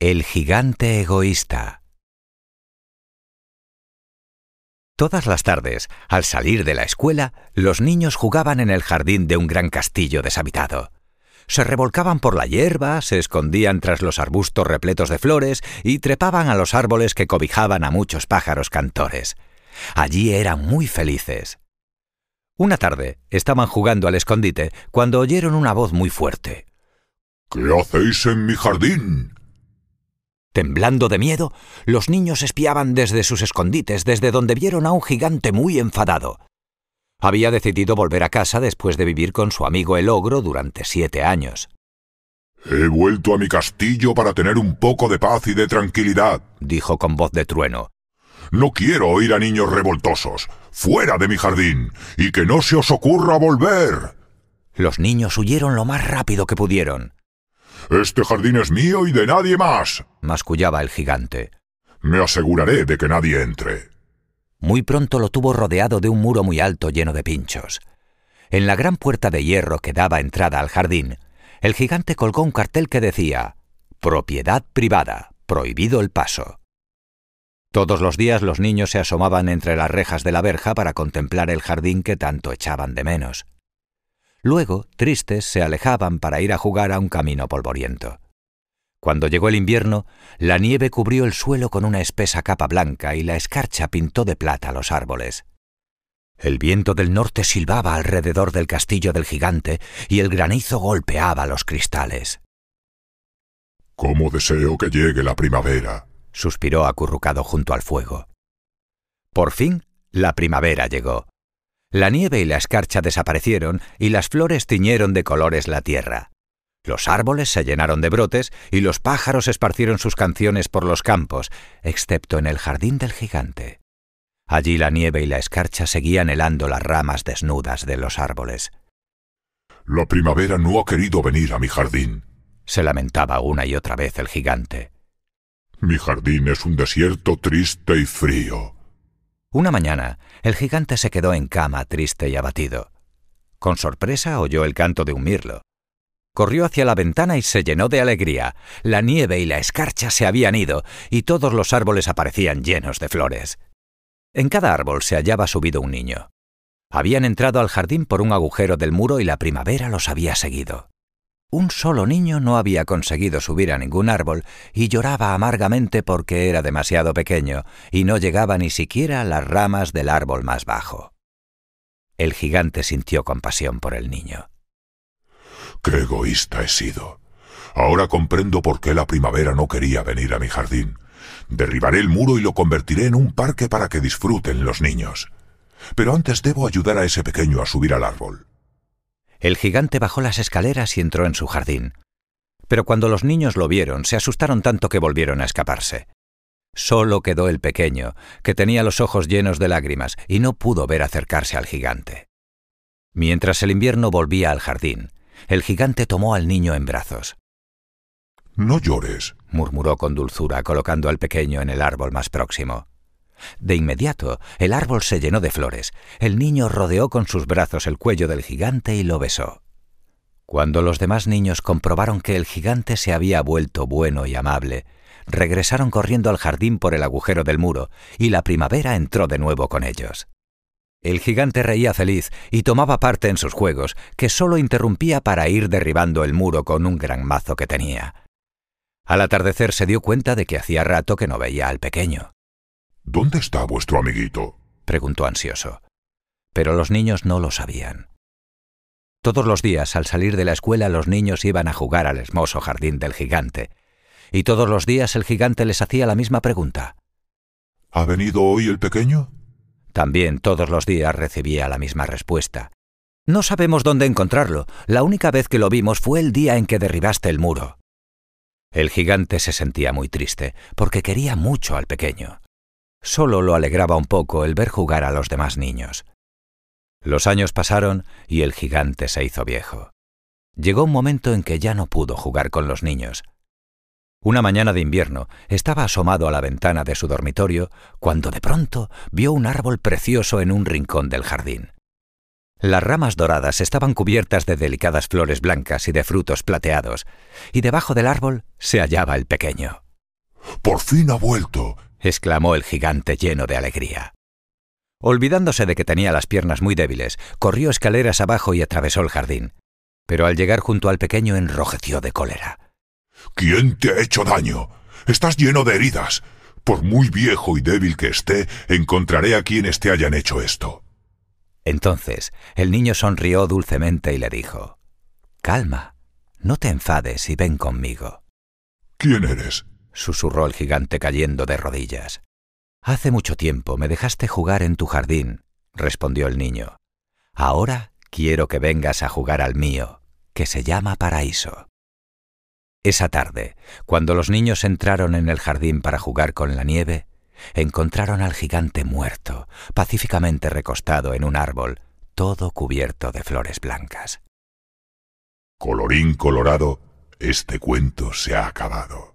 El gigante egoísta. Todas las tardes, al salir de la escuela, los niños jugaban en el jardín de un gran castillo deshabitado. Se revolcaban por la hierba, se escondían tras los arbustos repletos de flores y trepaban a los árboles que cobijaban a muchos pájaros cantores. Allí eran muy felices. Una tarde, estaban jugando al escondite cuando oyeron una voz muy fuerte. ¿Qué hacéis en mi jardín? Temblando de miedo, los niños espiaban desde sus escondites, desde donde vieron a un gigante muy enfadado. Había decidido volver a casa después de vivir con su amigo el ogro durante 7 años. He vuelto a mi castillo para tener un poco de paz y de tranquilidad, dijo con voz de trueno. No quiero oír a niños revoltosos. ¡Fuera de mi jardín! ¡Y que no se os ocurra volver! Los niños huyeron lo más rápido que pudieron. Este jardín es mío y de nadie más, mascullaba el gigante. Me aseguraré de que nadie entre. Muy pronto lo tuvo rodeado de un muro muy alto lleno de pinchos. En la gran puerta de hierro que daba entrada al jardín, el gigante colgó un cartel que decía: «Propiedad privada, prohibido el paso». Todos los días los niños se asomaban entre las rejas de la verja para contemplar el jardín que tanto echaban de menos. Luego, tristes, se alejaban para ir a jugar a un camino polvoriento. Cuando llegó el invierno, la nieve cubrió el suelo con una espesa capa blanca y la escarcha pintó de plata los árboles. El viento del norte silbaba alrededor del castillo del gigante y el granizo golpeaba los cristales. «¿Cómo deseo que llegue la primavera?», suspiró acurrucado junto al fuego. Por fin, la primavera llegó. La nieve y la escarcha desaparecieron y las flores tiñeron de colores la tierra. Los árboles se llenaron de brotes y los pájaros esparcieron sus canciones por los campos, excepto en el jardín del gigante. Allí la nieve y la escarcha seguían helando las ramas desnudas de los árboles. «La primavera no ha querido venir a mi jardín», se lamentaba una y otra vez el gigante. «Mi jardín es un desierto triste y frío». Una mañana, el gigante se quedó en cama, triste y abatido. Con sorpresa oyó el canto de un mirlo. Corrió hacia la ventana y se llenó de alegría. La nieve y la escarcha se habían ido y todos los árboles aparecían llenos de flores. En cada árbol se hallaba subido un niño. Habían entrado al jardín por un agujero del muro y la primavera los había seguido. Un solo niño no había conseguido subir a ningún árbol y lloraba amargamente porque era demasiado pequeño y no llegaba ni siquiera a las ramas del árbol más bajo. El gigante sintió compasión por el niño. «Qué egoísta he sido. Ahora comprendo por qué la primavera no quería venir a mi jardín. Derribaré el muro y lo convertiré en un parque para que disfruten los niños. Pero antes debo ayudar a ese pequeño a subir al árbol». El gigante bajó las escaleras y entró en su jardín. Pero cuando los niños lo vieron, se asustaron tanto que volvieron a escaparse. Solo quedó el pequeño, que tenía los ojos llenos de lágrimas y no pudo ver acercarse al gigante. Mientras el invierno volvía al jardín, el gigante tomó al niño en brazos. «No llores», murmuró con dulzura, colocando al pequeño en el árbol más próximo. De inmediato, el árbol se llenó de flores. El niño rodeó con sus brazos el cuello del gigante y lo besó. Cuando los demás niños comprobaron que el gigante se había vuelto bueno y amable, regresaron corriendo al jardín por el agujero del muro y la primavera entró de nuevo con ellos. El gigante reía feliz y tomaba parte en sus juegos, que solo interrumpía para ir derribando el muro con un gran mazo que tenía. Al atardecer se dio cuenta de que hacía rato que no veía al pequeño. «¿Dónde está vuestro amiguito?», preguntó ansioso. Pero los niños no lo sabían. Todos los días, al salir de la escuela, los niños iban a jugar al hermoso jardín del gigante. Y todos los días el gigante les hacía la misma pregunta. «¿Ha venido hoy el pequeño?». También todos los días recibía la misma respuesta. «No sabemos dónde encontrarlo. La única vez que lo vimos fue el día en que derribaste el muro». El gigante se sentía muy triste, porque quería mucho al pequeño. Solo lo alegraba un poco el ver jugar a los demás niños. Los años pasaron y el gigante se hizo viejo. Llegó un momento en que ya no pudo jugar con los niños. Una mañana de invierno estaba asomado a la ventana de su dormitorio cuando de pronto vio un árbol precioso en un rincón del jardín. Las ramas doradas estaban cubiertas de delicadas flores blancas y de frutos plateados, y debajo del árbol se hallaba el pequeño. ¡Por fin ha vuelto!, exclamó el gigante lleno de alegría. Olvidándose de que tenía las piernas muy débiles, corrió escaleras abajo y atravesó el jardín. Pero al llegar junto al pequeño enrojeció de cólera. ¿Quién te ha hecho daño? Estás lleno de heridas. Por muy viejo y débil que esté, encontraré a quienes te hayan hecho esto. Entonces el niño sonrió dulcemente y le dijo: «Calma, no te enfades y ven conmigo». «¿Quién eres?», susurró el gigante cayendo de rodillas. «Hace mucho tiempo me dejaste jugar en tu jardín», respondió el niño. «Ahora quiero que vengas a jugar al mío, que se llama paraíso». Esa tarde, cuando los niños entraron en el jardín para jugar con la nieve, encontraron al gigante muerto, pacíficamente recostado en un árbol, todo cubierto de flores blancas. Colorín colorado, este cuento se ha acabado.